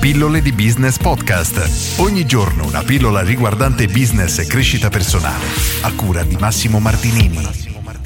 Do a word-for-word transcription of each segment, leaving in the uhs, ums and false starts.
Pillole di Business Podcast. Ogni giorno una pillola riguardante business e crescita personale. A cura di Massimo Martinini.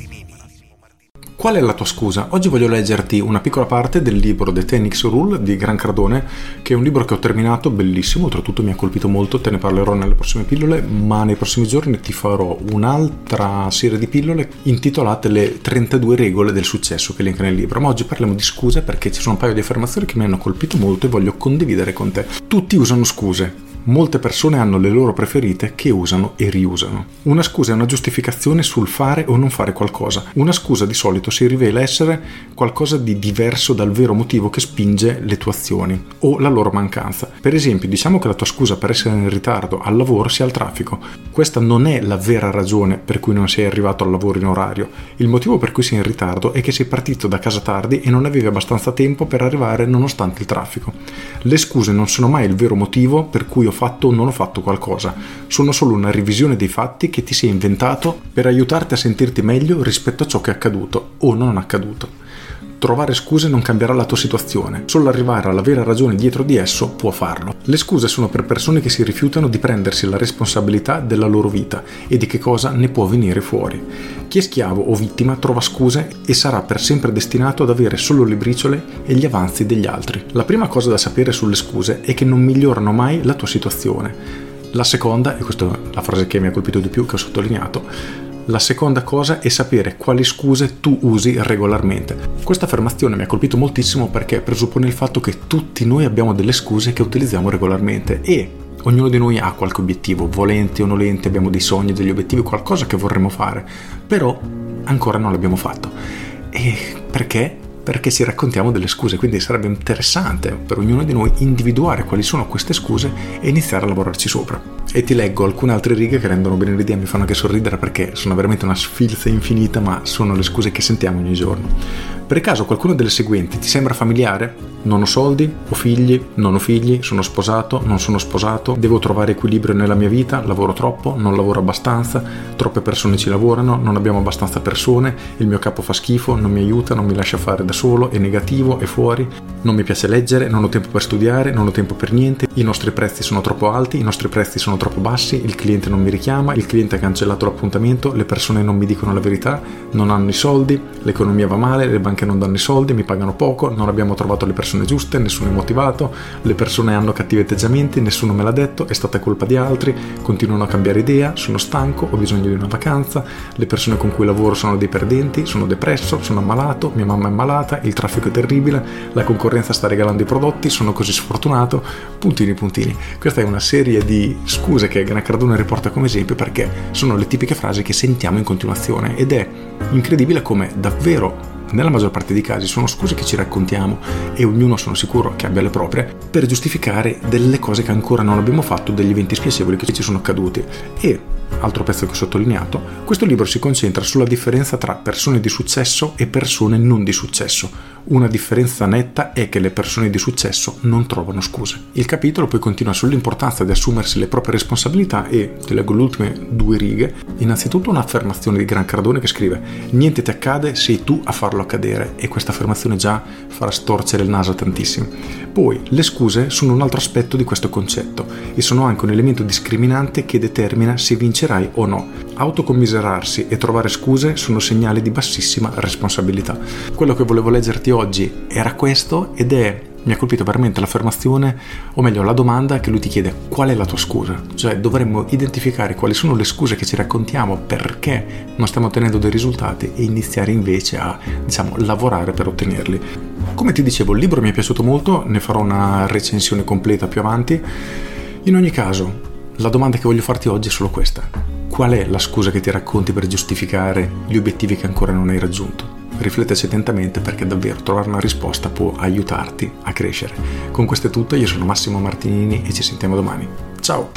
Qual è la tua scusa? Oggi voglio leggerti una piccola parte del libro The ten X Rule di Grant Cardone, che è un libro che ho terminato, bellissimo, oltretutto mi ha colpito molto, te ne parlerò nelle prossime pillole, ma nei prossimi giorni ti farò un'altra serie di pillole intitolate le trentadue regole del successo che elenca nel libro. Ma oggi parliamo di scuse perché ci sono un paio di affermazioni che mi hanno colpito molto e voglio condividere con te. Tutti usano scuse. Molte persone hanno le loro preferite che usano e riusano. Una scusa è una giustificazione sul fare o non fare qualcosa. Una scusa di solito si rivela essere qualcosa di diverso dal vero motivo che spinge le tue azioni o la loro mancanza. Per esempio, diciamo che la tua scusa per essere in ritardo al lavoro sia il traffico. Questa non è la vera ragione per cui non sei arrivato al lavoro in orario. Il motivo per cui sei in ritardo è che sei partito da casa tardi e non avevi abbastanza tempo per arrivare nonostante il traffico. Le scuse non sono mai il vero motivo per cui ho fatto o non ho fatto qualcosa, sono solo una revisione dei fatti che ti sei inventato per aiutarti a sentirti meglio rispetto a ciò che è accaduto o non accaduto. Trovare scuse non cambierà la tua situazione, solo arrivare alla vera ragione dietro di esso può farlo. Le scuse sono per persone che si rifiutano di prendersi la responsabilità della loro vita e di che cosa ne può venire fuori. Chi è schiavo o vittima trova scuse e sarà per sempre destinato ad avere solo le briciole e gli avanzi degli altri. La prima cosa da sapere sulle scuse è che non migliorano mai la tua situazione. La seconda, e questa è la frase che mi ha colpito di più, che ho sottolineato, la seconda cosa è sapere quali scuse tu usi regolarmente. Questa affermazione mi ha colpito moltissimo perché presuppone il fatto che tutti noi abbiamo delle scuse che utilizziamo regolarmente e ognuno di noi ha qualche obiettivo, volenti o nolenti, abbiamo dei sogni, degli obiettivi, qualcosa che vorremmo fare, però ancora non l'abbiamo fatto. E perché? Perché ci raccontiamo delle scuse, quindi sarebbe interessante per ognuno di noi individuare quali sono queste scuse e iniziare a lavorarci sopra. E ti leggo alcune altre righe che rendono bene l'idea, mi fanno anche sorridere perché sono veramente una sfilza infinita, ma sono le scuse che sentiamo ogni giorno. Per caso qualcuna delle seguenti ti sembra familiare? Non ho soldi, ho figli, non ho figli, sono sposato, non sono sposato, devo trovare equilibrio nella mia vita, lavoro troppo, non lavoro abbastanza, troppe persone ci lavorano, non abbiamo abbastanza persone, il mio capo fa schifo, non mi aiuta, non mi lascia fare da solo, è negativo, è fuori, non mi piace leggere, non ho tempo per studiare, non ho tempo per niente, i nostri prezzi sono troppo alti, i nostri prezzi sono troppo bassi, il cliente non mi richiama, il cliente ha cancellato l'appuntamento, le persone non mi dicono la verità, non hanno i soldi, l'economia va male, le banche non danno i soldi, mi pagano poco, non abbiamo trovato le persone giuste, nessuno è motivato, le persone hanno cattivi atteggiamenti, nessuno me l'ha detto, è stata colpa di altri, continuano a cambiare idea, sono stanco, ho bisogno di una vacanza, le persone con cui lavoro sono dei perdenti, sono depresso, sono ammalato, mia mamma è ammalata, il traffico è terribile, la concorrenza sta regalando i prodotti, sono così sfortunato, puntini puntini. Questa è una serie di scuse che Grant Cardone riporta come esempio perché sono le tipiche frasi che sentiamo in continuazione ed è incredibile come davvero nella maggior parte dei casi sono scuse che ci raccontiamo e ognuno sono sicuro che abbia le proprie per giustificare delle cose che ancora non abbiamo fatto, degli eventi spiacevoli che ci sono accaduti. E altro pezzo che ho sottolineato, questo libro si concentra sulla differenza tra persone di successo e persone non di successo. Una differenza netta è che le persone di successo non trovano scuse. Il capitolo poi continua sull'importanza di assumersi le proprie responsabilità e ti leggo le ultime due righe. Innanzitutto un'affermazione di Grant Cardone che scrive: niente ti accade, sei tu a farlo accadere, e questa affermazione già farà storcere il naso a tantissimi. Poi le scuse sono un altro aspetto di questo concetto e sono anche un elemento discriminante che determina se vincerai o no. Autocommiserarsi e trovare scuse sono segnali di bassissima responsabilità. Quello che volevo leggerti oggi era questo ed è, mi ha colpito veramente l'affermazione, o meglio la domanda che lui ti chiede: qual è la tua scusa? Cioè dovremmo identificare quali sono le scuse che ci raccontiamo perché non stiamo ottenendo dei risultati e iniziare invece a, diciamo, lavorare per ottenerli. Come ti dicevo, il libro mi è piaciuto molto, ne farò una recensione completa più avanti. In ogni caso, la domanda che voglio farti oggi è solo questa: qual è la scusa che ti racconti per giustificare gli obiettivi che ancora non hai raggiunto? Rifletteci attentamente perché davvero trovare una risposta può aiutarti a crescere. Con questo è tutto, io sono Massimo Martinini e ci sentiamo domani. Ciao!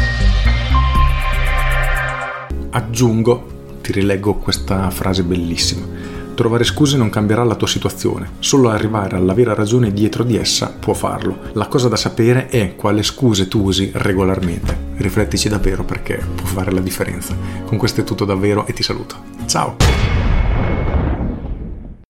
Aggiungo, ti rileggo questa frase bellissima: trovare scuse non cambierà la tua situazione, solo arrivare alla vera ragione dietro di essa può farlo. La cosa da sapere è quale scuse tu usi regolarmente. Riflettici davvero perché può fare la differenza. Con questo è tutto davvero e ti saluto. Ciao!